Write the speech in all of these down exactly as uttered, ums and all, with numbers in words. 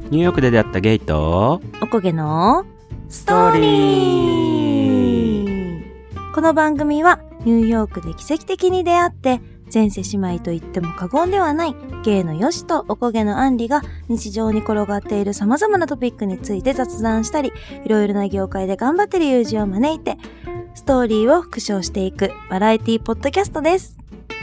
ニューヨークで出会ったゲイとおこげのストーリー。この番組はニューヨークで奇跡的に出会って前世姉妹と言っても過言ではないゲイのヨシとおこげのアンリが日常に転がっている様々なトピックについて雑談したり、いろいろな業界で頑張っている友人を招いてストーリーを復唱していくバラエティポッドキャストです。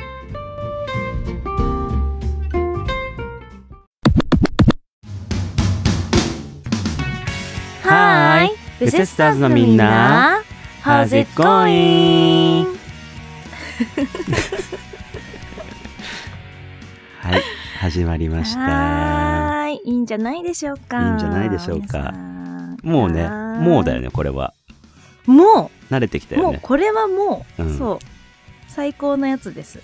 はーい、ベセスターズのみんな How's it going? はい、始まりました。 はーい、いいんじゃないでしょうか。 いいんじゃないでしょうか。もうね、もうだよね、これは。 もう慣れてきたよね。 もうこれはもう、うん、そう最高のやつです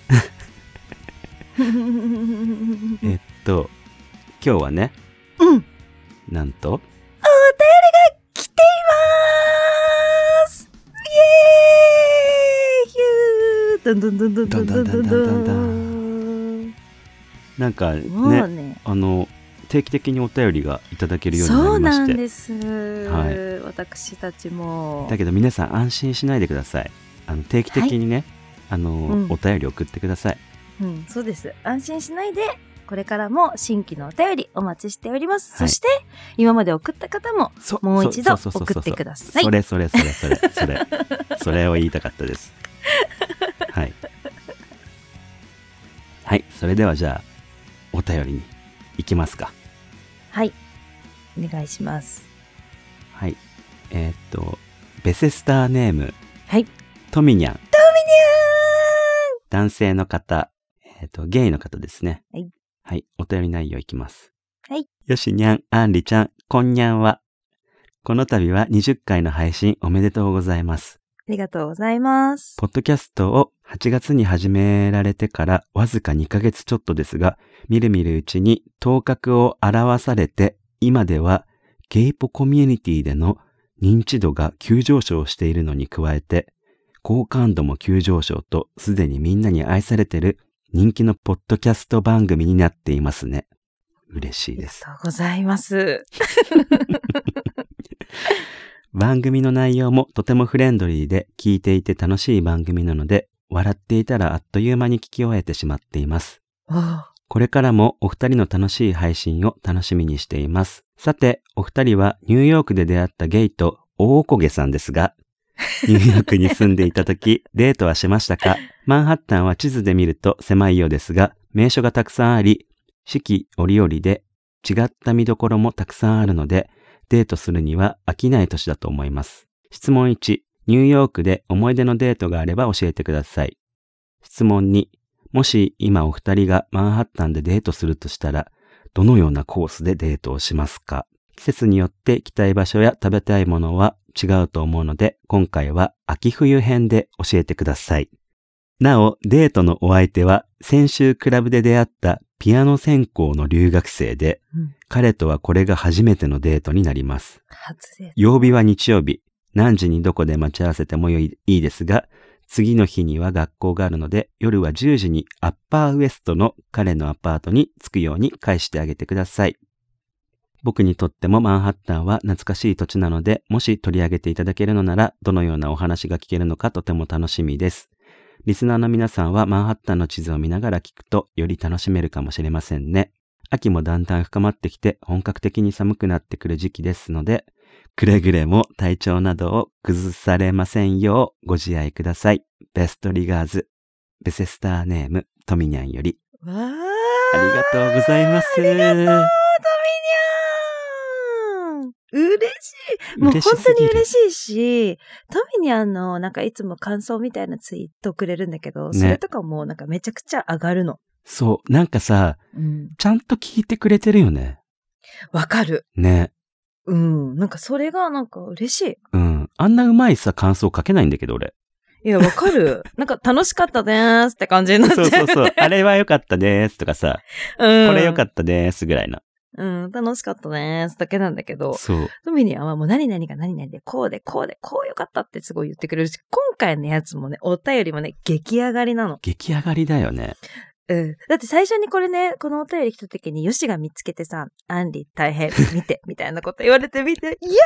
えっと今日はね、 うん、 なんとお便りが来ています。イエーイ、ヒュー、ドンドンドンドンドンドンドンドンドン。なんかね, ねあの定期的にお便りがいただけるようになりまして。 そうなんです、はい、私たちも。 だけど皆さん安心しないでください。あの定期的にね、はい、あの、うん、お便り送ってください。 うん、そうです。安心しないで、これからも新規のお便りお待ちしております。はい、そして今まで送った方ももう一度送ってください。 それそれそれそれそれそれを言いたかったです。はいはい、それではじゃあお便りに行きますか。 はい、お願いします。 はい、えー、っとベセスターネーム、 はい、 トミニャン。トミニャン、男性の方、えー、っとゲイの方ですね。 はいはい、お便り内容いきます。 はい。 よしにゃん、あんりちゃん、こんにゃんは。この度はにじゅっかいの配信おめでとうございます。 ありがとうございます。 ポッドキャストをはちがつに始められてからわずかにかげつちょっとですが、みるみるうちに頭角を現されて、今ではゲイポコミュニティでの認知度が急上昇しているのに加えて、好感度も急上昇とすでにみんなに愛されている人気のポッドキャスト番組になっていますね。嬉しいです。 ありがとうございます。 番組の内容もとてもフレンドリーで聞いていて楽しい番組なので、笑っていたらあっという間に聞き終えてしまっています。これからもお二人の楽しい配信を楽しみにしています。さて、お二人はニューヨークで出会ったゲイと大おこげさんですが、ニューヨークに住んでいたとき、デートはしましたか？マンハッタンは地図で見ると狭いようですが、名所がたくさんあり、四季折々で違った見どころもたくさんあるので、デートするには飽きない年だと思います。質問いち、ニューヨークで思い出のデートがあれば教えてください。質問に、もし今お二人がマンハッタンでデートするとしたら、どのようなコースでデートをしますか？季節によって行きたい場所や食べたいものは違うと思うので、今回は秋冬編で教えてください。なお、デートのお相手は先週クラブで出会ったピアノ専攻の留学生で、うん、彼とはこれが初めてのデートになります。 初です。 曜日は日曜日、何時にどこで待ち合わせてもいいですが、次の日には学校があるので、夜はじゅうじにアッパーウエストの彼のアパートに着くように返してあげてください。僕にとってもマンハッタンは懐かしい土地なので、もし取り上げていただけるのなら、どのようなお話が聞けるのかとても楽しみです。リスナーの皆さんはマンハッタンの地図を見ながら聞くとより楽しめるかもしれませんね。秋もだんだん深まってきて本格的に寒くなってくる時期ですので、くれぐれも体調などを崩されませんようご自愛ください。ベストリガーズ、ベセスターネームトミニャンより。 わー、 ありがとうございます。 ありがとうトミニャン。嬉しい。もう本当に嬉しいし、トミニャンのなんかいつも感想みたいなツイートくれるんだけど、ね、それとかもなんかめちゃくちゃ上がるの。 そう、なんかさ、うん、ちゃんと聞いてくれてるよね。 わかる。 ね。 うん、なんかそれがなんか嬉しい。 うん。あんなうまいさ感想書けないんだけど俺。 いや、わかる。なんか楽しかったでーすって感じになって。 そうそうそう。あれは良かったでーすとかさ、うん、これ良かったでーすぐらいな。 うん、楽しかったでーすだけなんだけど、 そう。 トミニャンはもう何々が何々で、こうで、こうで、こう良かったってすごい言ってくれるし、今回のやつもね、お便りもね、激上がりなの。 激上がりだよね。 うん。だって最初にこれね、このお便り来た時にヨシが見つけてさ、アンリ大変、見て、みたいなこと言われてみて、やばーい、この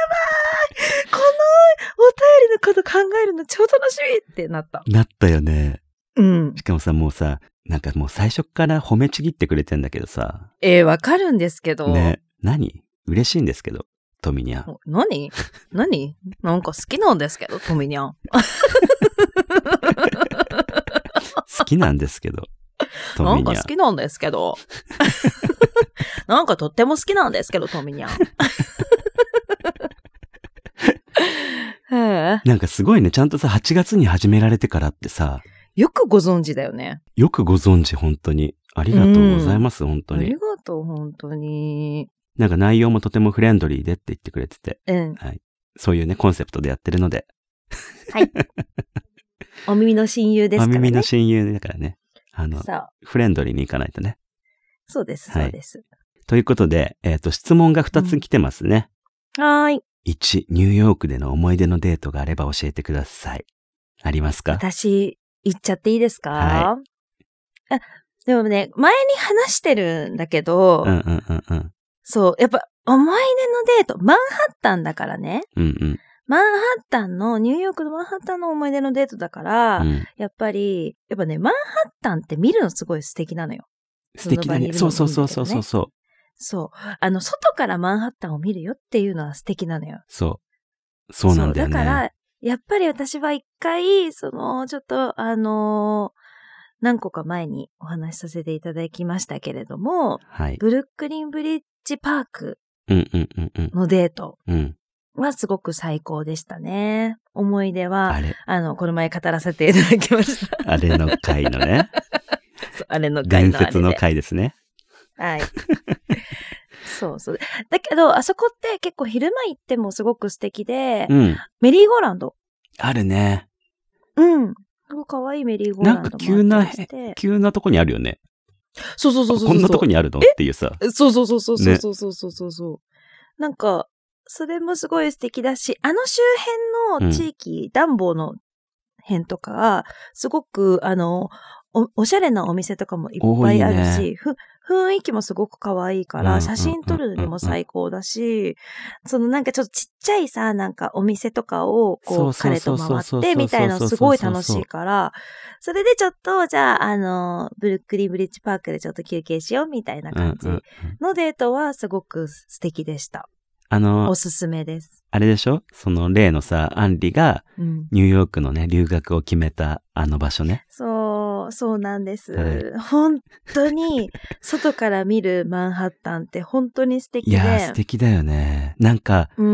お便りのこと考えるの超楽しみってなった。 なったよね。 うん。 しかもさ、もうさ、なんかもう最初から褒めちぎってくれてんだけどさ。 えー、わかるんですけど。 ね。何？嬉しいんですけど、トミニャン。 何？何？なんか好きなんですけど、トミニャン。 好きなんですけど。 なんか好きなんですけど。なんかとっても好きなんですけど、トミニャン。なんかすごいね、ちゃんとさ、はちがつに始められてからってさ。 よくご存知だよね。 よくご存知、本当に。ありがとうございます、うん、本当に。 ありがとう、本当に。 なんか内容もとてもフレンドリーでって言ってくれてて。 うん。 はい。そういうね、コンセプトでやってるので。 はい。お耳の親友ですからね。 お耳の親友だからね。あの、フレンドリーに行かないとね。 そうです、そうです。はい、 ということで、えっと、質問がふたつ来てますね。 うん、はーい。 いち、ニューヨークでの思い出のデートがあれば教えてください。ありますか？ 私、言っちゃっていいですか？ はい。 あ、でもね、前に話してるんだけど、 うんうんうんうん。 そう、やっぱ思い出のデート、マンハッタンだからね。 うんうん。 マンハッタンの、ニューヨークのマンハッタンの思い出のデートだから、うん、やっぱり、やっぱね、マンハッタンって見るのすごい素敵なのよ。 素敵だね。そうそうそうそうそうそう。 そう。あの、外からマンハッタンを見るよっていうのは素敵なのよ。 そう。そうなんだよね。 だから、やっぱり私は一回、その、ちょっと、あのー、何個か前にお話しさせていただきましたけれども、 はい、 ブルックリンブリッジパークのデートはすごく最高でしたね。思い出は、あ, あの、この前語らせていただきました。 あれの回のね。 あれの回のあれで。 伝説の回ですね。 はい。そうそう。だけど、あそこって結構昼間行ってもすごく素敵で、うん、メリーゴーランド。 あるね。 うん。かわいいメリーゴーランドもあって。 なんか急な、急なとこにあるよね。 そうそうそうそう。 こんなとこにあるのっていうさ。 そうそうそうそうそうそうそうそうそう、ね。なんか、それもすごい素敵だし、あの周辺の地域、うん、ダンボーの辺とかが、すごく、あの、お、おしゃれなお店とかもいっぱいあるし、いいね、ふ雰囲気もすごく可愛いから、写真撮るのにも最高だし、そのなんかちょっとちっちゃいさ、なんかお店とかをこう彼と回ってみたいなのすごい楽しいから、それでちょっと、じゃあ、あの、ブルックリンブリッジパークでちょっと休憩しようみたいな感じのデートはすごく素敵でした。 あの、 おすすめです。 あれでしょ？その例のさ、アンリがニューヨークのね、留学を決めたあの場所ね。 そう、そうなんです。はい、本当に、外から見るマンハッタンって本当に素敵で。 いや、素敵だよね。なんか、 うん、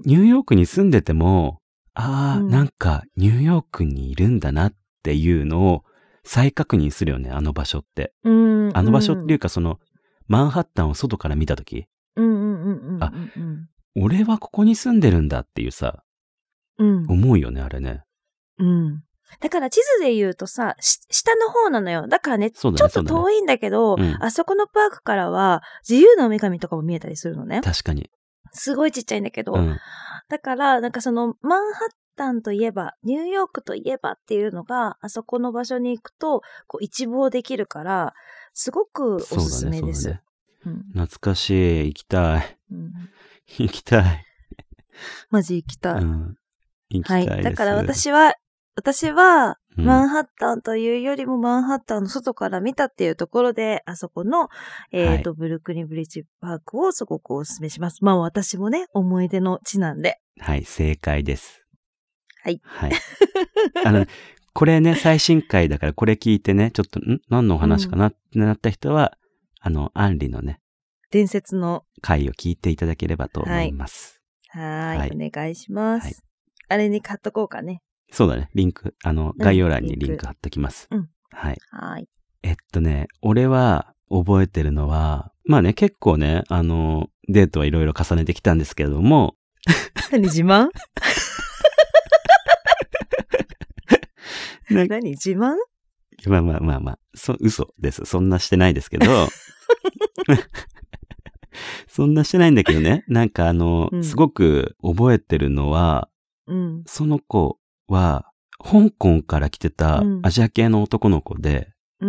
ニューヨークに住んでても、ああ、うん、なんかニューヨークにいるんだなっていうのを再確認するよね、あの場所って。 うん、 あの場所っていうか、その、マンハッタンを外から見たとき。 うんうんうんうんうん、 あ、俺はここに住んでるんだっていうさ、うん、思うよね、あれね。 うん。だから地図で言うとさ、下の方なのよ。だからね、ねちょっと遠いんだけど、ね、うん、あそこのパークからは自由の女神とかも見えたりするのね。 確かに。 すごいちっちゃいんだけど。 うん、 だから、なんかその、マンハッタンといえば、ニューヨークといえばっていうのが、あそこの場所に行くと、こう一望できるから、すごくおすすめです。 そうだね、そうだね。うん、懐かしい。行きたい。うん、行きたい。 マジ行きたい。 うん、行きたいです。 はい。だから私は、私は、マンハッタンというよりもマンハッタンの外から見たっていうところで、あそこの、えっと、はい、ブルックリンブリッジパークをすごくお勧めします。まあ私もね、思い出の地なんで。 はい、正解です。 はい。 はい。あの、これね、最新回だからこれ聞いてね、ちょっと、ん何のお話かなってなった人は、うん、あの、アンリのね、 伝説の回を聞いていただければと思います。 はい。はい、お願いします。はい、あれに買っとこうかね。 そうだね。リンク、あの、概要欄にリンク貼っときます。 うん。 はい。 はい。 えっとね、俺は覚えてるのは、まあね、結構ね、あの、デートはいろいろ重ねてきたんですけれども。 何自慢何自慢まあまあまあまあ、そ、嘘です。そんなしてないですけど。そんなしてないんだけどね。なんかあの、うん、すごく覚えてるのは、 うん、 その子は、香港から来てたアジア系の男の子で、 うん、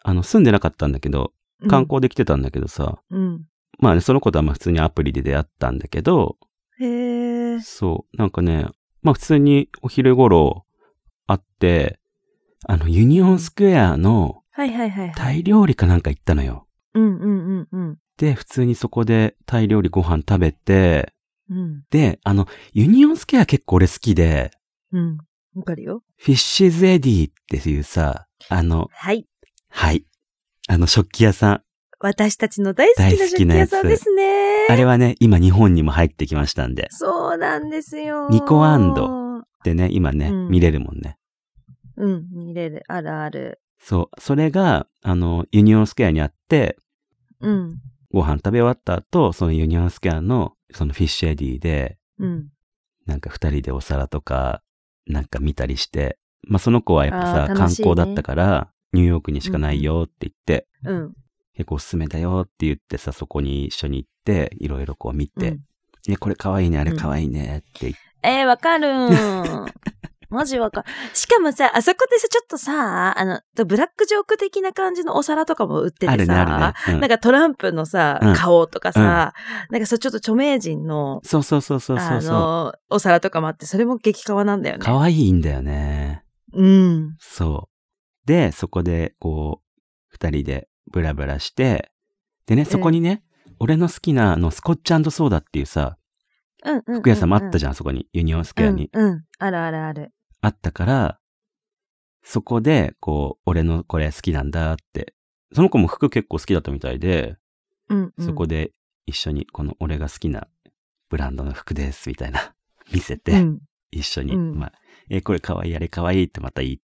あの、住んでなかったんだけど、観光で来てたんだけどさ、 うん、 まあね、その子とはまあ普通にアプリで出会ったんだけど、 へー。 そう、なんかね、まあ普通にお昼頃会って、あの、ユニオンスクエアのタイ料理かなんか行ったのよ。 うんうんうんうん。 で、普通にそこでタイ料理ご飯食べて、 うん、 で、あの、ユニオンスクエア結構俺好きで、 うん。わかるよ。 フィッシュズエディっていうさ、あの、 はい。 はい。あの、食器屋さん。 私たちの大好きな食器屋さんですね。 あれはね、今日本にも入ってきましたんで。 そうなんですよ。 ニコアンドってね、今ね、うん、見れるもんね。 うん、見れる。あるある。 そう。それが、あの、ユニオンスクエアにあって、 うん。 ご飯食べ終わった後、そのユニオンスクエアの、そのフィッシュエディで、 うん。 なんか二人でお皿とか、なんか見たりして、まあ、その子はやっぱさ、ね、観光だったから、ニューヨークにしかないよって言って、 うん。 結構おすすめだよって言ってさ、そこに一緒に行って、いろいろこう見て、うん、え、これかわいいね、あれかわいいねって言って。 うん、えー、わかるーん。マジわかる。しかもさ、あそこでさ、ちょっとさ、あの、ブラックジョーク的な感じのお皿とかも売っててさ、あるね、あるね。うん、なんかトランプのさ、うん、顔とかさ、うん、なんかそうちょっと著名人の、 そうそうそうそうそう。 あの、お皿とかもあって、それも激カワなんだよね。 かわいいんだよね。 うん。 そう。で、そこで、こう、二人でブラブラして、でね、そこにね、うん、俺の好きな、あの、スコッチ&ソーダっていうさ、 うんうんうんうん、 服屋さんもあったじゃん、そこに。ユニオンスクエアに。 うん、うん。あるあるある。 あったから、そこで、こう、俺のこれ好きなんだって。その子も服結構好きだったみたいで、 うんうん、 そこで一緒に、この俺が好きなブランドの服です、みたいな、見せて、うん、一緒に、うん、まあ、えー、これかわいい、あれかわいいってまた言って、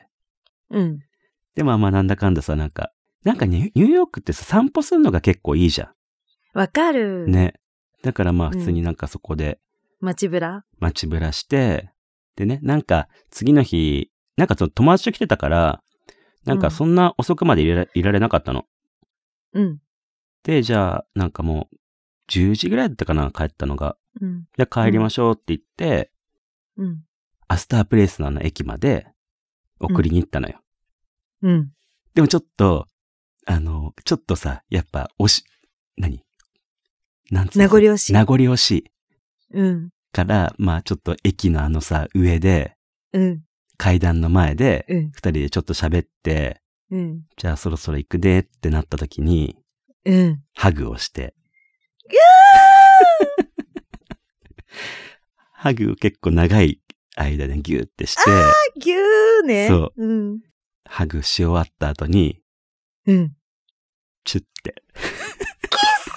うん。 で、まあまあなんだかんださ、なんか、なんかニューヨークってさ、散歩するのが結構いいじゃん。 わかる。 ね。だからまあ普通になんかそこで、 うん、街ブラ街ブラして、でね、なんか次の日、なんかその友達と来てたから、なんかそんな遅くまでいられ、いられなかったの。 うん。 で、じゃあなんかもうじゅうじぐらいだったかな、帰ったのが。 うん。 じゃあ帰りましょうって言って、 うん。 アスタープレイスのあの駅まで送りに行ったのよ。 うん。 でもちょっと、あの、ちょっとさ、やっぱ押し、何なんつうの？ 名残惜しい。 名残惜しい。 うん。 から、まあちょっと駅のあのさ、上で、 うん。 階段の前で、 うん。 二人でちょっと喋って、 うん。 じゃあそろそろ行くでってなった時に、 うん。 ハグをして。 いやーハグを結構長い間でギューってして、あー、ギューね。 そう。 うん。 ハグし終わった後に、 うん。 チュッて。 キス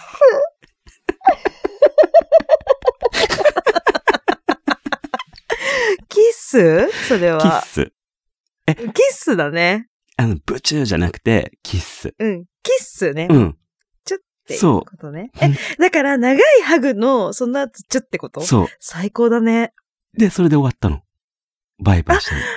キスそれは。 キッス。 え、キッスだね。 あの、ブチューじゃなくて、キッス。 うん。キッスね。 うん。 チュッっていうことね。え、だから長いハグの、その後チュッってこと？ そう。 最高だね。 で、それで終わったの。バイバイしたの。へー、 なん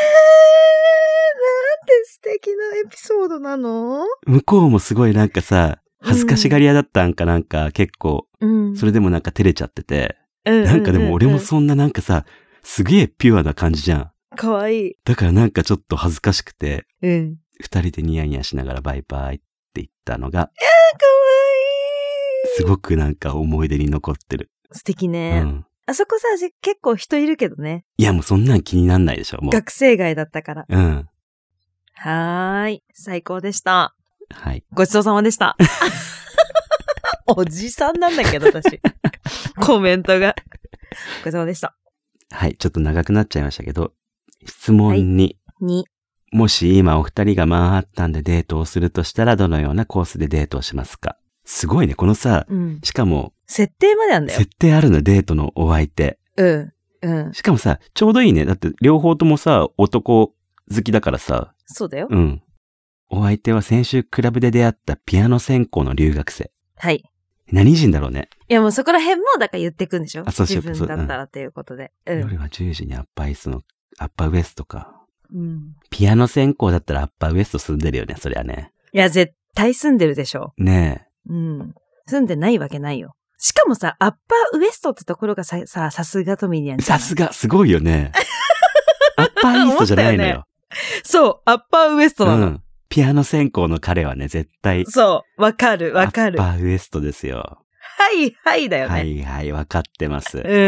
て素敵なエピソードなの？ 向こうもすごいなんかさ、恥ずかしがり屋だったんかなんか結構、うん、それでもなんか照れちゃってて、うん、なんかでも俺もそんななんかさ、すげえピュアな感じじゃん。 かわいい。 だからなんかちょっと恥ずかしくて、 うん。 二人でニヤニヤしながらバイバイって言ったのが、いやーかわいい。 すごくなんか思い出に残ってる。 素敵ね。うん。あそこさ、結構人いるけどね。 いやもうそんなん気になんないでしょ、もう。 学生街だったから。 うん。 はーい。最高でした。 はい。 ごちそうさまでした。おじさんなんだけど、私。コメントが。ごちそうさまでした。 はい。ちょっと長くなっちゃいましたけど、質問に。 はい、に。 もし今お二人がマンハッタンでデートをするとしたらどのようなコースでデートをしますか？すごいね。このさ、うん、しかも。 設定まであんだよ。 設定あるの、デートのお相手。 うん。うん。 しかもさ、ちょうどいいね。だって両方ともさ、男好きだからさ。 そうだよ。 うん。お相手は先週クラブで出会ったピアノ専攻の留学生。 はい。 何人だろうね。 いやもうそこら辺もだから言ってくんでしょ？ あ、そうしよう。 自分だったらということで。 うん、夜はじゅうじにアッパーイースの、アッパーウエストか。 うん。 ピアノ専攻だったらアッパーウエスト住んでるよね、そりゃね。 いや、絶対住んでるでしょ。 ねえ。うん。住んでないわけないよ。しかもさ、アッパーウエストってところがさ、さ、さすがトミニアンじゃん。 さすが、すごいよね。アッパーイーストじゃないのよ。 そう、アッパーウエストなの。うん。 ピアノ専攻の彼はね、絶対。 そう、わかる、わかる。 アッパーウエストですよ。 はいはいだよね。 はいはい、わかってます。 うんうんうん。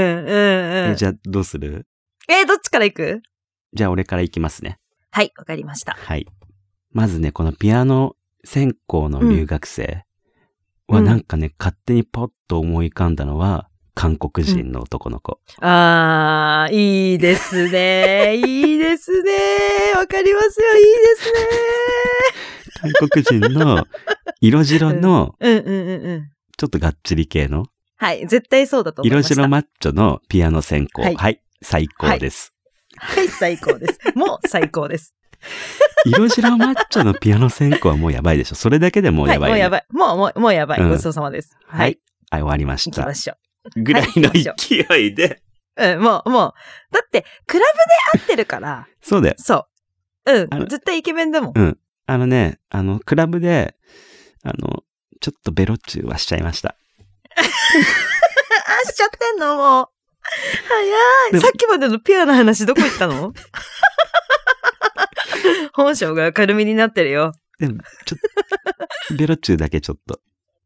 え、じゃあどうする？ えー、どっちから行く？ じゃあ俺から行きますね。 はい、わかりました。 はい。まずね、このピアノ専攻の留学生はなんかね、うん、勝手にポッと思い浮かんだのは、韓国人の男の子。 うん、あー、いいですね。いいですね。わかりますよ。いいですね。 韓国人の色白の、 うん、うんうんうんうん。 ちょっとがっちり系の。 はい、絶対そうだと思いました。 色白マッチョのピアノ専攻。はい、はい、最高です。 はい、はい、最高です。もう最高です。 色白マッチョのピアノ専攻はもうやばいでしょ。それだけでもうやばい、ね。 はい、もうやばい。もう、もう、もうやばい。うん、ごちそうさまです。はい。 はい、はい、終わりました。 行きましょう。ぐらいの勢いで。 うん、もう、もう。だって、クラブで会ってるから。 そうだよ。 そう。うん。絶対イケメンだもん。 うん。あのね、あの、クラブで、あの、ちょっとベロチューはしちゃいました。 あ、しちゃってんのもう。早い。さっきまでのピュアな話どこ行ったの？本性が明るみになってるよ。 でも、ちょっと、ベロチューだけちょっと。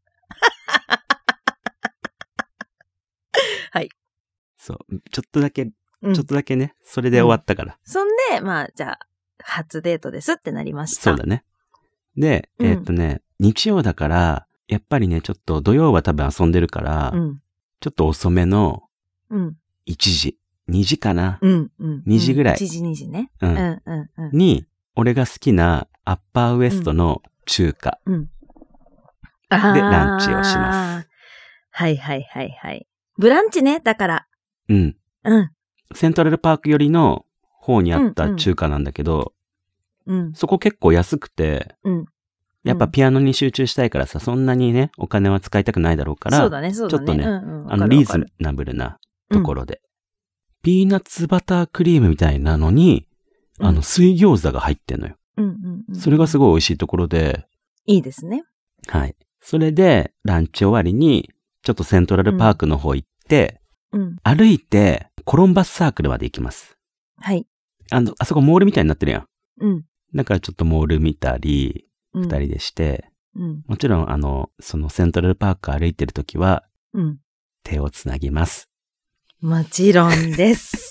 はい。 そう。ちょっとだけ、ちょっとだけね、うん、それで終わったから。うん、 そんで、まあ、じゃあ、初デートですってなりました。 そうだね。で、えー、っとね、うん、日曜だから、やっぱりね、ちょっと土曜は多分遊んでるから、うん、ちょっと遅めの、いちじ、にじかな、うんうん、にじぐらい。 いちじにじね。 うん。うんうんうん、に、俺が好きなアッパーウエストの中華。うん。で、ランチをします。 はいはいはいはい。ブランチね、だから。 うん。うん。セントラルパーク寄りの方にあった中華なんだけど、うん、うん、そこ結構安くて、うん。やっぱピアノに集中したいからさ、そんなにね、お金は使いたくないだろうから、 そうだね、そうだね。 ちょっとね、 うんうん、 あの、リーズナブルなところで、うん。ピーナッツバタークリームみたいなのに、うん、あの、水餃子が入ってんのよ。うんうんうん。それがすごい美味しいところで。 いいですね。 はい。それで、ランチ終わりに、ちょっとセントラルパークの方行って、うん、歩いて、コロンバスサークルまで行きます。 はい。 あの、あそこモールみたいになってるやん。 うん。 だからちょっとモール見たり、二人でして、うん、もちろん、あの、そのセントラルパーク歩いてるときは、うん、手をつなぎます。 もちろんです。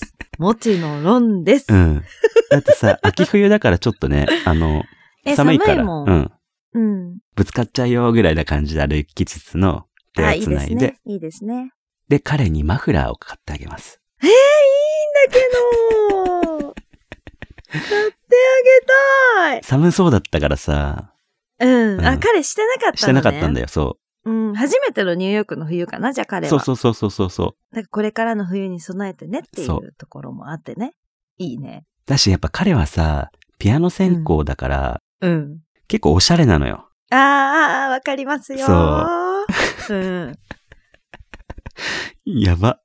もちろんです。 うん。だってさ、秋冬だからちょっとね、あの、寒いから、寒いもん。うん。うん。ぶつかっちゃうよぐらいな感じで歩きつつの手をつないで。いいですね。いいですね。 で、彼にマフラーを買ってあげます。 えー、いいんだけど買ってあげたい。 寒そうだったからさ。 うん。うん、あ、彼してなかったんだね。 してなかったんだよ、そう。 うん。初めてのニューヨークの冬かな、じゃあ彼は。 そうそうそうそうそう。 だからこれからの冬に備えてねっていうところもあってね。いいね。 だし、やっぱ彼はさ、ピアノ専攻だから、うん。うん、結構おしゃれなのよ。 ああ、わかりますよ。 そう。うん。やば。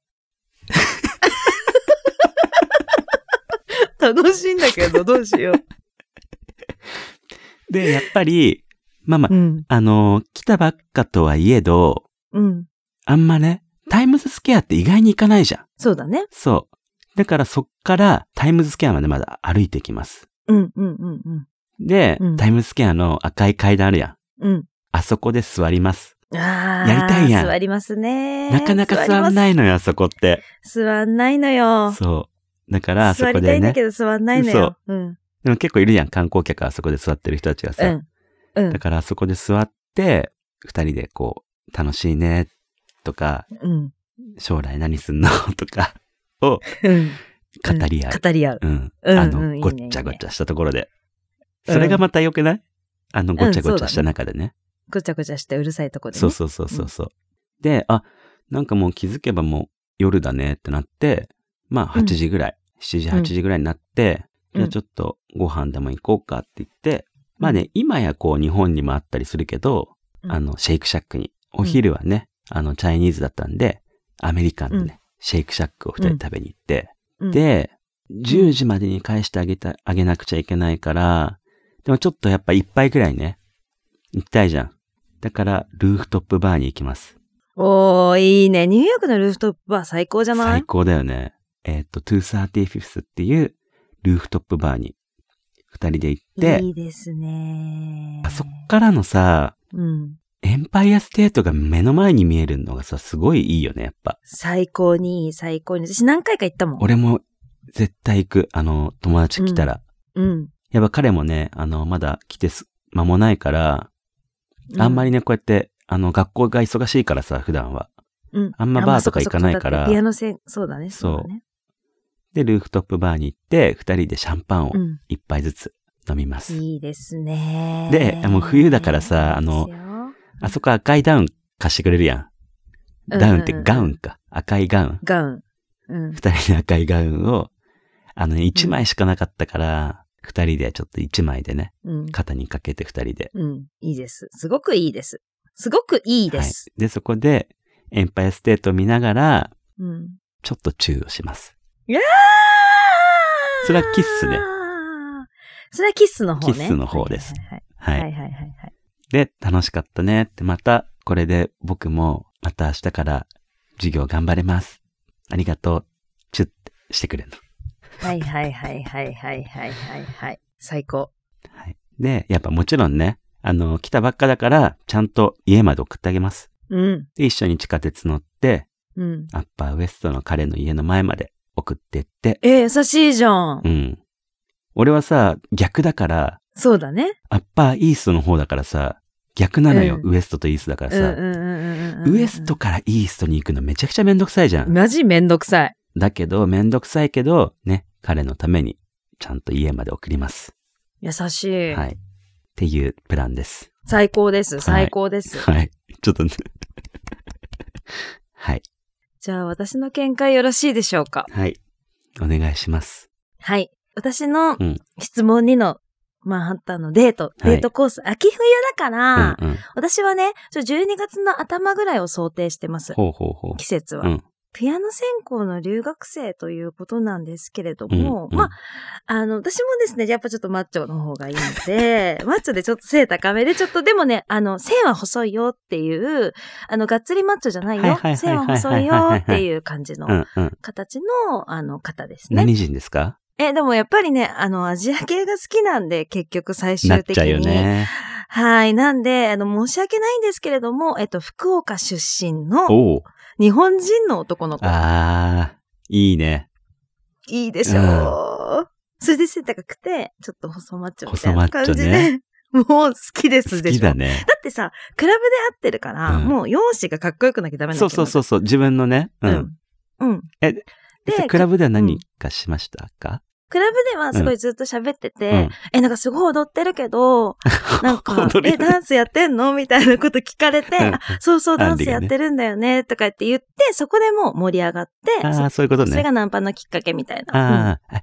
楽しいんだけど、どうしよう。 で、やっぱり、まあまあ、うん、あの、来たばっかとはいえど、うん。あんまね、タイムズスケアって意外に行かないじゃん。 そうだね。 そう。だからそっからタイムズスケアまでまだ歩いていきます。 うんうんうんうん。 で、うん、タイムズスケアの赤い階段あるやん。うん。あそこで座ります。 ああ。 やりたいやん。 座りますね。 なかなか座んないのよ、あそこって。 座んないのよ。 そう。だからあそこでね。座りたいんだけど座んないのよ。そう。うん。 でも結構いるやん、観光客あそこで座ってる人たちがさ。うん。うん。だからあそこで座って、二人でこう、楽しいね、とか、うん。将来何すんのとかを、うん。語り合う。 語り合う。 うん。あの、ごっちゃごちゃしたところで。それがまた良くない？あの、ごちゃごちゃした中でね。 ごちゃごちゃしてうるさいとこでね。 そうそうそうそうそう。で、あ、なんかもう気づけばもう夜だねってなって、まあはちじぐらい、しちじ、はちじぐらいになって、じゃあちょっとご飯でも行こうかって言って、まあね、今やこう日本にもあったりするけど、あの、シェイクシャックに。お昼はね、あの、チャイニーズだったんで、アメリカンのね、シェイクシャックを二人食べに行って、で、じゅうじまでに返してあげた、あげなくちゃいけないから、でもちょっとやっぱ一杯くらいね、行きたいじゃん。だから、ルーフトップバーに行きます。 おー、いいね。ニューヨークのルーフトップバー最高じゃない？ 最高だよね。えっと、にひゃくさんじゅうごっていうルーフトップバーに二人で行って。 いいですね。 あそっからのさ、 うん。 エンパイアステートが目の前に見えるのがさ、すごいいいよね、やっぱ。 最高にいい、最高に。私何回か行ったもん。 俺も絶対行く。あの、友達来たら。 うん。うん、 やっぱ彼もね、あの、まだ来てす、間もないから、うん、あんまりね、こうやって、あの、学校が忙しいからさ、普段は。うん。あんまバーとか行かないから。 ピアノせん、そうだね、そうだね。 で、ルーフトップバーに行って、二人でシャンパンを一杯ずつ飲みます。 うん、いいですね。 で、もう冬だからさ、あの、あそこ赤いダウン貸してくれるやん。ダウンってガウンか。赤いガウン。 ガウン。うん。 二人で赤いガウンを、あのね、一枚しかなかったから、二、うん、人でちょっと一枚でね、うん、肩にかけて二人で。 うん。いいです。すごくいいです。すごくいいです。 はい、で、そこで、エンパイアステートを見ながら、うん、ちょっとチューをします。 いやーそれはキッスね。 それはキッスの方ね。 キッスの方です。 はい。はいはいはいはい。 で、楽しかったねって、また、これで僕も、また明日から授業頑張れます。ありがとう。チュッてしてくれるの。 はいはいはいはいはいはいはいはい。最高。 はい。で、やっぱもちろんね、あの、来たばっかだから、ちゃんと家まで送ってあげます。 うん。 で、一緒に地下鉄乗って、 うん。 アッパーウエストの彼の家の前まで送ってって。 えー、優しいじゃん。 うん。俺はさ、逆だから、 そうだね。 アッパーイーストの方だからさ、逆なのよ、うん、ウエストとイーストだからさ、ウエストからイーストに行くのめちゃくちゃめんどくさいじゃん。 マジめんどくさい。 だけど、めんどくさいけど、ね、彼のために、ちゃんと家まで送ります。 優しい。 はい。っていうプランです。 最高です。最高です。 はい。はい、ちょっとね。はい。 じゃあ、私の見解よろしいでしょうか。 はい。お願いします。 はい。私の質問にの、マンハッタンのデート、デートコース、はい、秋冬だから、うんうん、私はね、じゅうにがつの頭ぐらいを想定してます。 ほうほうほう季節は、うん。ピアノ専攻の留学生ということなんですけれども、 うんうん、 まあ、あの、私もですね、やっぱちょっとマッチョの方がいいので、マッチョでちょっと背高めで、ちょっとでもね、あの、線は細いよっていう、あの、がっつりマッチョじゃないよ、線は細いよっていう感じの形の、あの、方ですね。 何人ですか？ え、でもやっぱりね、あの、アジア系が好きなんで、結局最終的に。 なっちゃうよね。 はい。なんで、あの、申し訳ないんですけれども、えっと、福岡出身の、日本人の男の子。 ああ、いいね。 いいでしょう。うん、それで背高くて、ちょっと細マッチョみたいな感じで。ね、もう好きですでしょ。 好きだね。 だってさ、クラブで会ってるから、うん、もう容姿がかっこよくなきゃダメなんだよ。 そうそうそう、自分のね。うん。 うん。うん、 え、で、クラブでは何かしましたか？うん、 クラブではすごいずっと喋ってて、うん、え、なんかすごい踊ってるけど、なんか、え、ダンスやってんのみたいなこと聞かれて、うん、あ、そうそうダンスやってるんだよね、とかって言って、そこでもう盛り上がって、 ああ、そういうことね。 それがナンパのきっかけみたいな。 ああ、うん、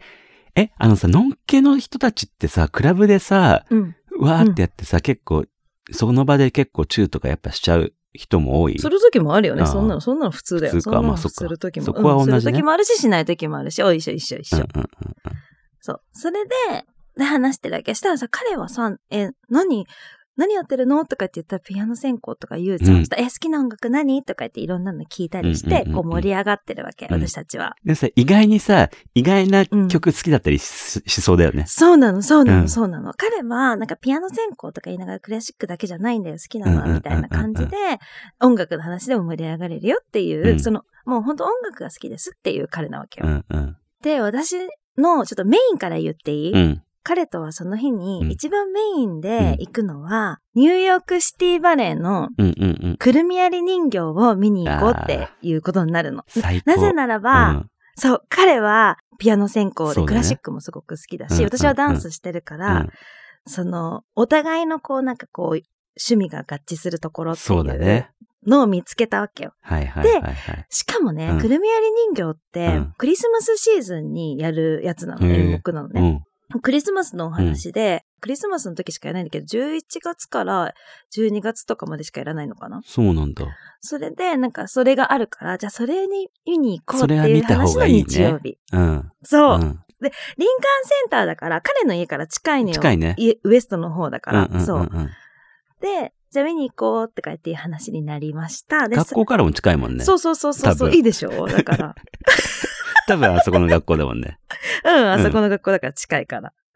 え、あのさ、のんけの人たちってさ、クラブでさ、うん、わーってやってさ、結構、その場で結構チューとかやっぱしちゃう人も多い。 する時もあるよね。そんなの、そんなの普通だよ。 普通か、まあそっか。 する時も。 そこは同じね。 する時もあるし、しない時もあるし、お、一緒一緒一緒。 うんうんうんうん、 そう。それで、で話してるわけ。したらさ、彼はさ、え、何、何やってるのとかって言ったらピアノ専攻とか言うじゃん。うん、え、好きな音楽何とか言っていろんなの聞いたりして、うんうんうんうん、こう盛り上がってるわけ。うん、私たちは。 でさ、意外にさ、意外な曲好きだったり し,、うん、しそうだよね。 そうなの、そうなの、うん、そうなの。彼は、なんかピアノ専攻とか言いながらクラシックだけじゃないんだよ、好きなのは、みたいな感じで、音楽の話でも盛り上がれるよっていう、うん、その、もう本当音楽が好きですっていう彼なわけよ。 うんうん、 で、私のちょっとメインから言っていい？ うん、 彼とはその日に一番メインで行くのは、うん、ニューヨークシティバレーのくるみ割り人形を見に行こうっていうことになるの。なぜならば、うん、そう、彼はピアノ専攻でクラシックもすごく好きだし、ね、私はダンスしてるから、うんうん、その、お互いのこうなんかこう、趣味が合致するところっていうのを見つけたわけよ。 はいはいはいはい、 で、しかもね、うん、くるみ割り人形って、クリスマスシーズンにやるやつなの、演目なのね。クリスマスのお話で、うん、クリスマスの時しかやらないんだけど、じゅういちがつからじゅうにがつとかまでしかやらないのかな？ そうなんだ。 それで、なんかそれがあるから、じゃあそれに見に行こうっていう話の日曜日。 それは見た方がいいね。うん。 そう。 うん、 で、リンカーンセンターだから、彼の家から近いのよ。 近いね。 ウエストの方だから、 うんうんうんうん。 そう。で、じゃあ見に行こうって書いていう話になりました。で、 学校からも近いもんね。 そうそうそうそう。いいでしょ？だから。 多分あそこの学校だもんね。 うん、あそこの学校だから近いから。うん。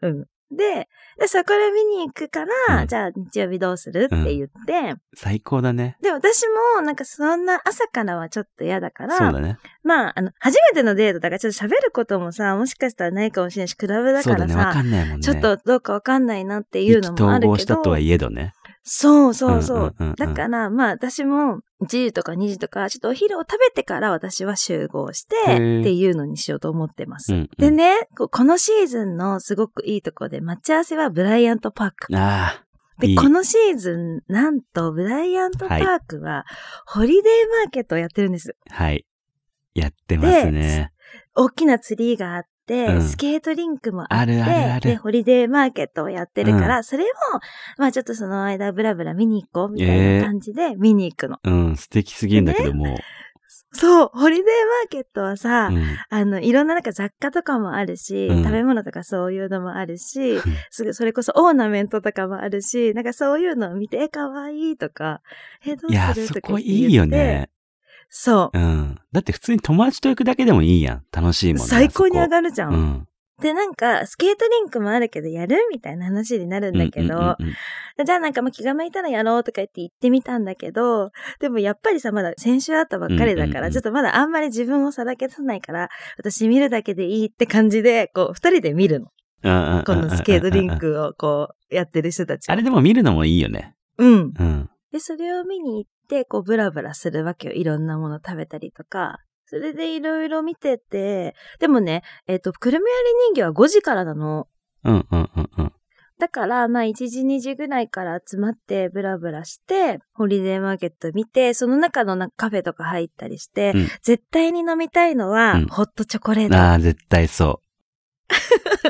で、で、そこで見に行くから、 うん、 じゃあ日曜日どうするって言って、うん、 最高だね。 で、私もなんかそんな朝からはちょっと嫌だから、 そうだね。 まあ、あの、初めてのデートだからちょっと喋ることもさ、もしかしたらないかもしれないし、クラブだからさ、そうだね、 わかんないもんね。 ちょっとどうかわかんないなっていうのもあるけど。 意気投合したとはいえどね。 そうそうそう。うんうんうんうん、だから、まあ私もいちじとかにじとか、ちょっとお昼を食べてから私は集合して、っていうのにしようと思ってます。うんうん、でねこ、このシーズンのすごくいいとこで待ち合わせはブライアントパーク。 ああ。 でいいこのシーズン、なんとブライアントパークは、ホリデーマーケットをやってるんです。 はい。やってますね。 大きなツリーがあって、で、うん、スケートリンクもあって、あるあるあるで、ホリデーマーケットをやってるから、うん、それを、まあちょっとその間ブラブラ見に行こうみたいな感じで見に行くの。 えー、うん、素敵すぎるんだけども。 そう、ホリデーマーケットはさ、うん、あの、いろんななんか雑貨とかもあるし、うん、食べ物とかそういうのもあるし、すぐそれこそオーナメントとかもあるし、なんかそういうのを見て、え、かわいいとか、え、どうするとか言って。いや、 そこいいよね。 そう。 うん。だって普通に友達と行くだけでもいいやん。楽しいもんね。 最高に上がるじゃん。 うん。 で、なんか、スケートリンクもあるけど、やるみたいな話になるんだけど、うんうんうんうん、じゃあなんかもう気が向いたらやろうとか言って言ってみたんだけど、でもやっぱりさ、まだ先週会ったばっかりだから、うんうんうん、ちょっとまだあんまり自分をさらけ出さないから、私見るだけでいいって感じで、こう、二人で見るの。このスケートリンクをこう、やってる人たち。 あれでも見るのもいいよね。 うん。 うん。 で、それを見に行って、こう、ブラブラするわけよ。いろんなもの食べたりとか。それでいろいろ見てて、でもね、えっと、くるみ割り人形はごじからなの。 うんうんうんうん。 だから、まあ、いちじ、にじぐらいから集まってブラブラして、ホリデーマーケット見て、その中のなんかカフェとか入ったりして、うん、絶対に飲みたいのは、うん、ホットチョコレート。 ああ、絶対そう。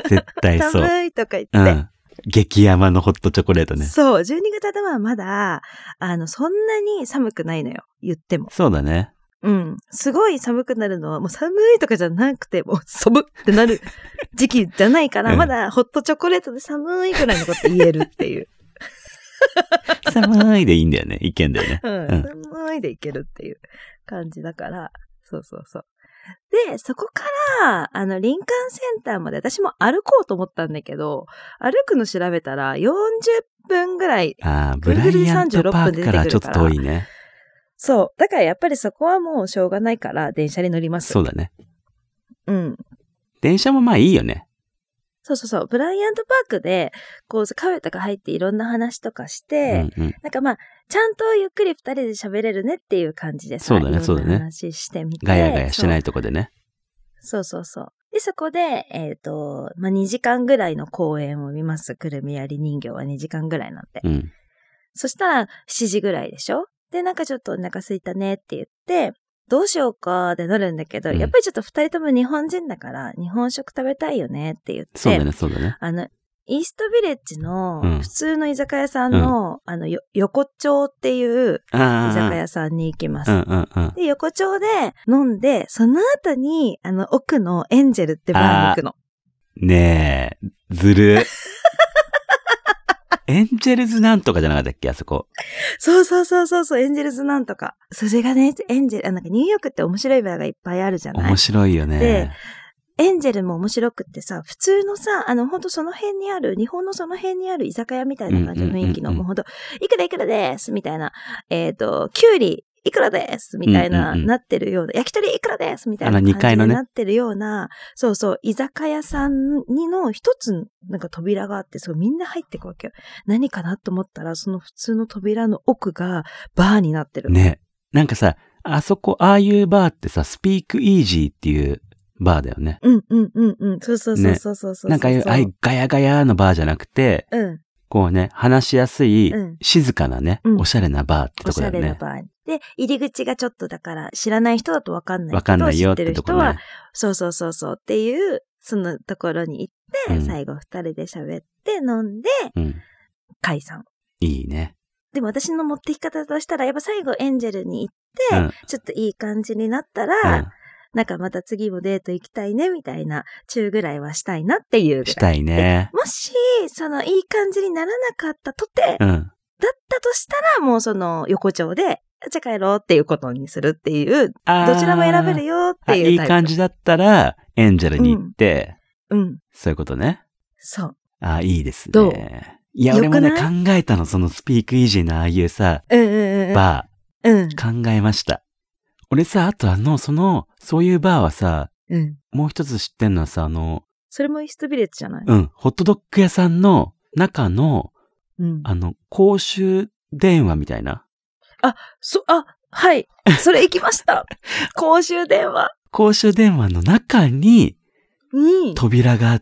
絶対そう。 寒いとか言って。 うん激山のホットチョコレートね。 そう。じゅうにがつ頭はまだ、あの、そんなに寒くないのよ。言っても。 そうだね。 うん。すごい寒くなるのは、もう寒いとかじゃなくて、もう寒ってなる時期じゃないから、うん、まだホットチョコレートで寒いくらいのこと言えるっていう。 寒いでいいんだよね。いけんだよね。 うん。うん、寒いでいけるっていう感じだから、そうそうそう。で、そこから、あの、リンカーンセンターまで私も歩こうと思ったんだけど、歩くの調べたらよんじゅっぷんぐらい。 ああ、ブライアントパークからちょっと遠いね。 そう。だからやっぱりそこはもうしょうがないから電車に乗ります。 そうだね。 うん。 電車もまあいいよね。 そうそうそう。ブライアントパークで、こう、カフェとか入っていろんな話とかして、うんうん、なんかまあ、ちゃんとゆっくり二人で喋れるねっていう感じでさ、 そうだね、そうだね。 話してみて。 ガヤガヤしてないとこでね。 そうそうそう。で、そこで、えっと、まあ、にじかんぐらいの公演を見ます。くるみ割り人形はにじかんぐらいなんで。 うん。 そしたら、しちじぐらいでしょ？で、なんかちょっとお腹空いたねって言って、どうしようかってなるんだけど、うん、やっぱりちょっと二人とも日本人だから、日本食食べたいよねって言って。 そうだね、そうだね。 あの、イーストビレッジの普通の居酒屋さんの、うん、あの、よ、横丁っていう居酒屋さんに行きます。 うんうんうん、 で、横丁で飲んで、その後に、あの、奥のエンジェルってバーに行くの。 ねえ、ずる。エンジェルズなんとかじゃなかったっけあそこ。 そうそうそうそうそう、エンジェルズなんとか。それがね、エンジェル、なんかニューヨークって面白いバーがいっぱいあるじゃない？ 面白いよね。 で、エンジェルも面白くってさ、普通のさ、あの、ほんとその辺にある、日本のその辺にある居酒屋みたいな感じの雰囲気の、もうほんと、いくらいくらですみたいな、えっと、キュウリいくらですみたいな、うんうんうん、なってるような、焼き鳥いくらですみたいな感じになってるような、ね、そうそう、居酒屋さんにの一つ、なんか扉があって、そうみんな入ってくわけよ。何かなと思ったら、その普通の扉の奥がバーになってる。 ね。なんかさ、あそこ、ああいうバーってさ、スピークイージーっていうバーだよね。 うんうんうんうん。そうそうそうそうそうそう、 ね。なんかああいう、ああいうガヤガヤのバーじゃなくて、 うん。 こうね、話しやすい、静かなね、うん、おしゃれなバーってとこだよね。 おしゃれなバー。で、入り口がちょっとだから、知らない人だとわかんないけど。 わかんないよってとこね。 知ってる人は、そうそうそうそうっていう、そのところに行って、うん、最後二人で喋って飲んで、うん、解散。 いいね。 でも私の持ってき方としたら、やっぱ最後エンジェルに行って、うん、ちょっといい感じになったら、うん、なんかまた次もデート行きたいね、みたいな、中ぐらいはしたいなっていうぐらい。 したいね。 もし、そのいい感じにならなかったとて、 うん、 だったとしたら、もうその横丁で、じゃあ帰ろうっていうことにするっていう、どちらも選べるよっていうタイプ。 いい感じだったら、エンジェルに行って、 うん。うん、 そういうことね。 そう。 あ、いいですね。 どう？ いや、俺もね、 よくな考えたの、そのスピークイージーなああいうさ、 うんうんうん。 バー。うん。 考えました。俺さ、あとあの、その、そういうバーはさ、 うん。 もう一つ知ってんのはさ、あの、 それもイーストビレッジじゃない？ うん、ホットドッグ屋さんの中の、 うん。 あの、公衆電話みたいな。 あ、そ、あ、はい。それ行きました。公衆電話。 公衆電話の中にに、 扉があって、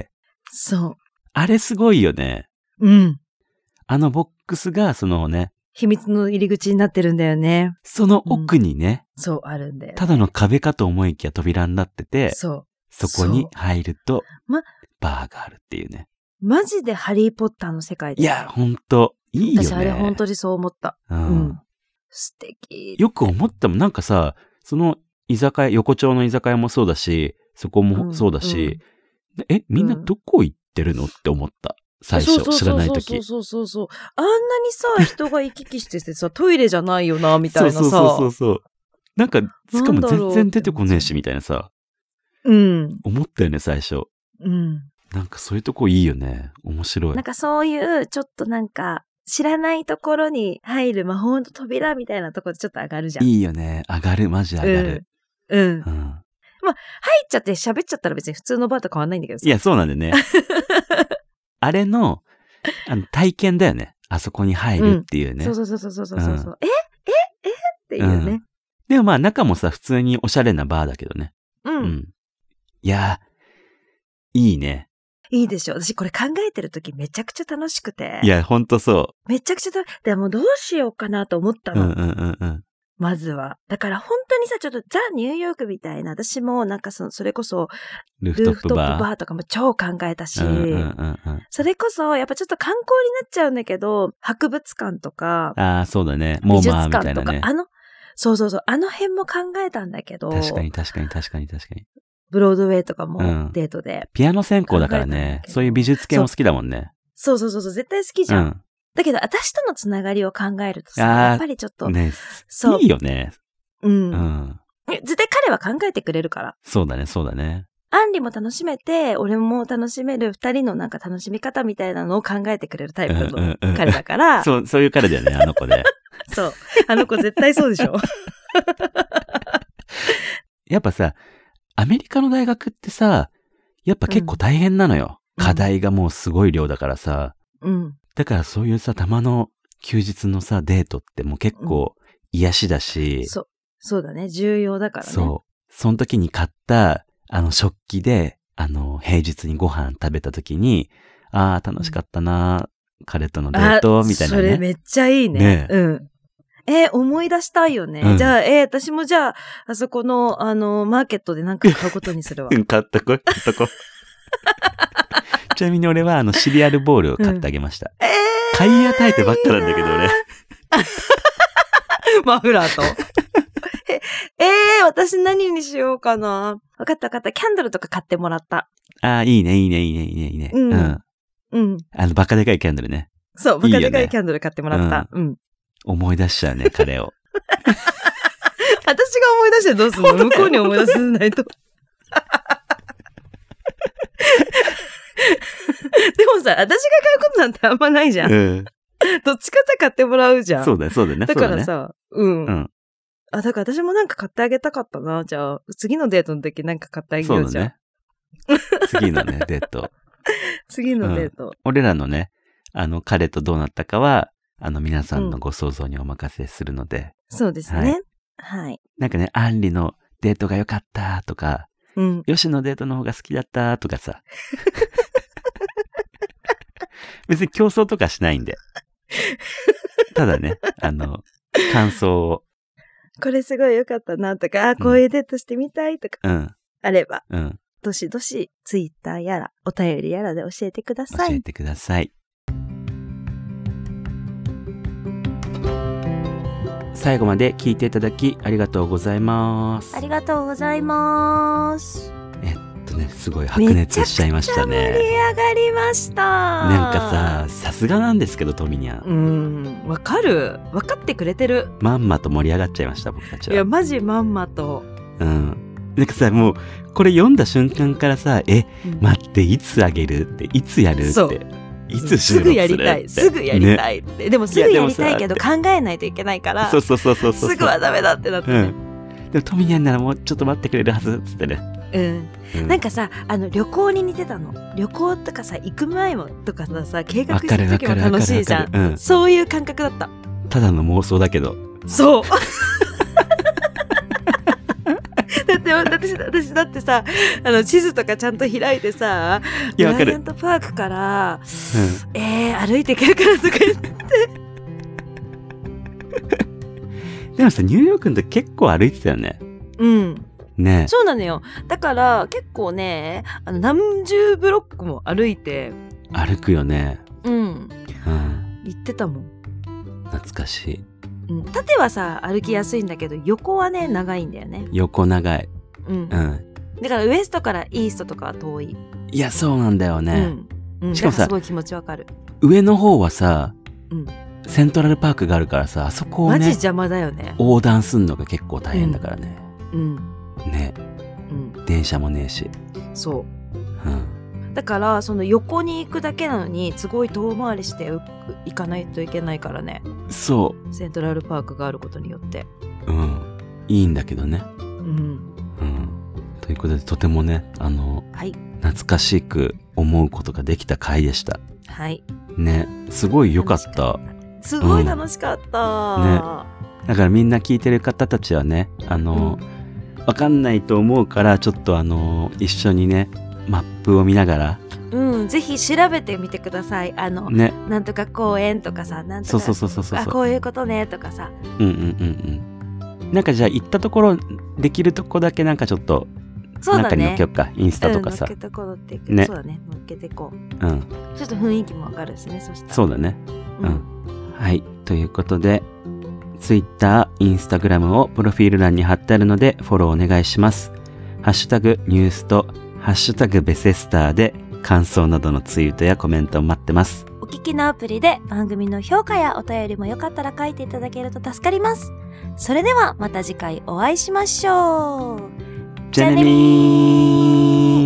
そう。 あれすごいよね。 うん。 あのボックスが、そのね、 秘密の入り口になってるんだよね。 その奥にね、 そう、あるんだよね。 ただの壁かと思いきや扉になってて、 そう。 そこに入ると、 ま、 バーがあるっていうね。 マジでハリーポッターの世界で。 いや、ほんと、いいよね。 私あれ本当にそう思った。 うん。 うん、素敵。 よく思ったもん、なんかさ、その居酒屋、横丁の居酒屋もそうだし、そこもそうだし、うんうん、え、みんなどこ行ってるのって思った。最初、知らないとき。 そうそうそうそう。あんなにさ、人が行き来しててさ、トイレじゃないよな、みたいなさ。 そうそうそうそう。なんか、しかも全然出てこねえし、みたいなさ。 うん。 思ったよね、最初。 うん。 なんかそういうとこいいよね。面白い。 なんかそういう、ちょっとなんか、知らないところに入る魔法の扉みたいなところでちょっと上がるじゃん。 いいよね。上がる、マジ上がる。 うん。うん。うん、まあ、入っちゃって喋っちゃったら別に普通のバーと変わんないんだけどさ。 いや、そうなんだよね。あれの、あの、体験だよね。あそこに入るっていうね。 うん、そうそうそうそうそうそう、うん。えええっていうね、うん。 でもまあ中もさ、普通におしゃれなバーだけどね。 うん。うん、 いやー、いいね。 いいでしょ。私これ考えてるときめちゃくちゃ楽しくて。 いや、ほんとそう。 めちゃくちゃ楽しくて、でもどうしようかなと思ったの。 うんうんうんうん。 まずは。だから本当にさ、ちょっとザ・ニューヨークみたいな、私もなんかその、それこそ、 ルーフトップバー。 ルーフトップバーとかも超考えたし、 うんうんうんうん、 それこそ、やっぱちょっと観光になっちゃうんだけど、博物館とか、 ああ、そうだね。モーマーみたいなね。美術館とか、 あの、そうそうそう、あの辺も考えたんだけど、 確かに確かに確かに確かに。 ブロードウェイとかもデートで、うん。 ピアノ専攻だからね。そういう美術系も好きだもんね。 そうそうそうそう、絶対好きじゃん。うん、だけど、私とのつながりを考えるとさ、やっぱりちょっと、 ね、そう。いいよね。 うん。 うん。 絶対彼は考えてくれるから。 そうだね、そうだね。 アンリも楽しめて、俺も楽しめる二人のなんか楽しみ方みたいなのを考えてくれるタイプの彼だから。うんうんうん、 そう、そういう彼だよね、あの子で。 そう。あの子絶対そうでしょ。 やっぱさ、アメリカの大学ってさ、やっぱ結構大変なのよ。うん、課題がもうすごい量だからさ。 うん。 だからそういうさ、たまの休日のさ、デートってもう結構癒しだし。 うん、そう。そうだね。重要だからね。 そう。その時に買った、あの食器で、あの、平日にご飯食べた時に、ああ、楽しかったな、うん、彼とのデート、みたいなね。 それめっちゃいいね。ね、うん。えー、思い出したいよね。うん、じゃあ、えー、私もじゃあ、あそこの、あの、マーケットでなんか買うことにするわ。 うん、買ったこい、買ったこい。ちなみに俺は、あの、シリアルボールを買ってあげました。うん、えー、買い与えてばっかなんだけど、俺。 マフラーと。え、えー、私何にしようかな。わかったわかった。キャンドルとか買ってもらった。 ああ、いいね、いいね、いいね、いいね、いいね。うん。うん。うん、あの、バカでかいキャンドルね。 そう、バカでかいキャンドル買ってもらった。いいね、うん。 思い出しちゃうね、彼を。 私が思い出してどうするの？向こうに思い出さないと。でもさ、私が買うことなんてあんまないじゃん。うん、どっちかさ買ってもらうじゃん。 そうだよ、そうだよね。 だからさ、う, ね、うん。うん。あ、だから私もなんか買ってあげたかったな。じゃあ、次のデートの時なんか買ってあげようじゃん。 そうだね。次のね、デート。 次のデート、うん。 俺らのね、あの、彼とどうなったかは、あの、皆さんのご想像にお任せするので。 うん、そうですね。はい。はい、 なんかね、アンリのデートが良かったとか、うん、ヨシのデートの方が好きだったとかさ。別に競争とかしないんで。ただね、あの、感想を。 これすごい良かったなとか、あ、こういうデートしてみたいとか、うん、あれば、うん、どしどしツイッターやらお便りやらで教えてください。 教えてください。最後まで聞いていただきありがとうございます。 ありがとうございます。 えっとね、すごい白熱しちゃいましたね。 めちゃくちゃ盛り上がりました。 なんかさ、さすがなんですけど、トミニャン。 うん、わかる。わかってくれてる。 まんまと盛り上がっちゃいました、僕たちは。 いや、マジまんまと。 うん。 なんかさ、もうこれ読んだ瞬間からさ、え、 うん、 待って、いつあげるって、いつやるって、いつ収録するって、 すぐやりたい、すぐやりたいって、ね、でもすぐやりたいけど考えないといけないから、 そうそうそうそうそう、 すぐはダメだってなってね、うん、 でもトミヤンならもうちょっと待ってくれるはずっつってね、 うんうん、なんかさ、あの旅行に似てたの。旅行とかさ、行く前もとかさ、計画してる時も楽しいじゃん、うん、そういう感覚だった。 ただの妄想だけど、 そうだって私、私だってさ、あの地図とかちゃんと開いてさ、ジャイアントパークから、うん、えー、歩いていけるからとか言ってでもさ、ニューヨークの時結構歩いてたよね。 うんね、 そうなのよ。だから結構ね、あの何十ブロックも歩いて歩くよね。 うん、うん、行ってたもん。 懐かしい。 うん、縦はさ歩きやすいんだけど、横はね長いんだよね。 横長い。 うん、うん、だからウエストからイーストとかは遠い。 いや、そうなんだよね、 うんうん、しかもさ、すごい気持ちわかる。 上の方はさ、 うん、 セントラルパークがあるからさ、あそこをね、 マジ邪魔だよね。 横断すんのが結構大変だからね。 うん、うんね、うん、電車もねえし。 そう、 うん、 だからその横に行くだけなのにすごい遠回りして行かないといけないからね。 そう、 セントラルパークがあることによって、 うん、いいんだけどね。 うん、うん、 ということで、とてもね、あの、はい、懐かしく思うことができた回でした。 はいね、すごい良かった。 すごい楽しかった、うん、 ね、だからみんな聞いてる方たちはね、あの、うん、わかんないと思うから、ちょっとあの一緒にねマップを見ながら、 うん、ぜひ調べてみてください。あの、ね、なんとか公園とかさ、なんとか、 そうそうそうそうそう、 あ、こういうことねとかさ、 うんうんうんうん、なんかじゃあ行ったところできるとこだけなんかちょっと、そうだね、なんかに乗っけようか、インスタとかさ、 うん、乗っけてこうって、ね、そうだね、乗っけてこう、うん、ちょっと雰囲気もわかるしね、そしたら、 そうだね、うん、うん、はい、ということで。ツイッター、インスタグラムをプロフィール欄に貼ってあるのでフォローお願いします。ハッシュタグニュースとハッシュタグベセスターで感想などのツイートやコメントを待ってます。 お聞きのアプリで番組の評価やお便りもよかったら書いていただけると助かります。それではまた次回お会いしましょう。 じゃあねみー。